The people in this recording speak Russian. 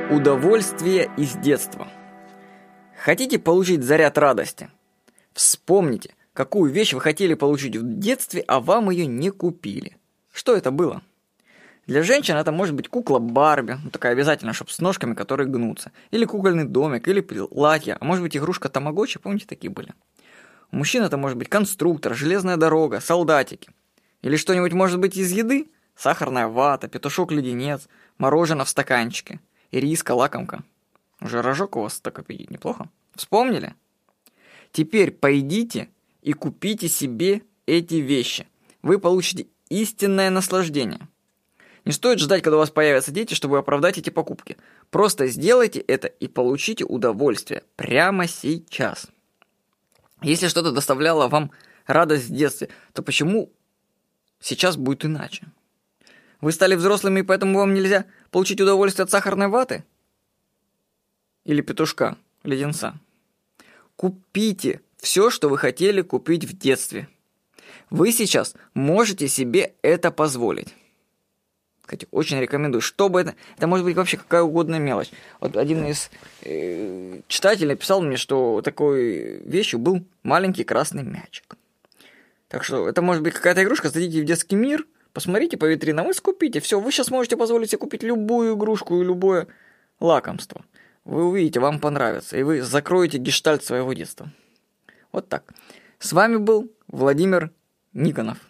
Удовольствие из детства. Хотите получить заряд радости? Вспомните, какую вещь вы хотели получить в детстве, а вам ее не купили. Что это было? Для женщин это может быть кукла Барби, такая обязательно, чтобы с ножками, которые гнутся. Или кукольный домик, или платье, а может быть игрушка Тамагочи, помните, такие были? У мужчин это может быть конструктор, железная дорога, солдатики. Или что-нибудь может быть из еды? Сахарная вата, петушок-леденец, мороженое в стаканчике, ириска, лакомка. Уже рожок у вас так аппетит, неплохо? Вспомнили? Теперь пойдите и купите себе эти вещи. Вы получите истинное наслаждение. Не стоит ждать, когда у вас появятся дети, чтобы оправдать эти покупки. Просто сделайте это и получите удовольствие прямо сейчас. Если что-то доставляло вам радость в детстве, то почему сейчас будет иначе? Вы стали взрослыми, и поэтому вам нельзя получить удовольствие от сахарной ваты? Или петушка, леденца? Купите все, что вы хотели купить в детстве. Вы сейчас можете себе это позволить. Кстати, очень рекомендую. Чтобы это может быть вообще какая угодно мелочь. Вот один из читателей написал мне, что такой вещью был маленький красный мячик. Так что это может быть какая-то игрушка, зайдите в детский мир, посмотрите по витринам и скупите. Все, вы сейчас можете позволить себе купить любую игрушку и любое лакомство. Вы увидите, вам понравится, и вы закроете гештальт своего детства. Вот так. С вами был Владимир Никонов.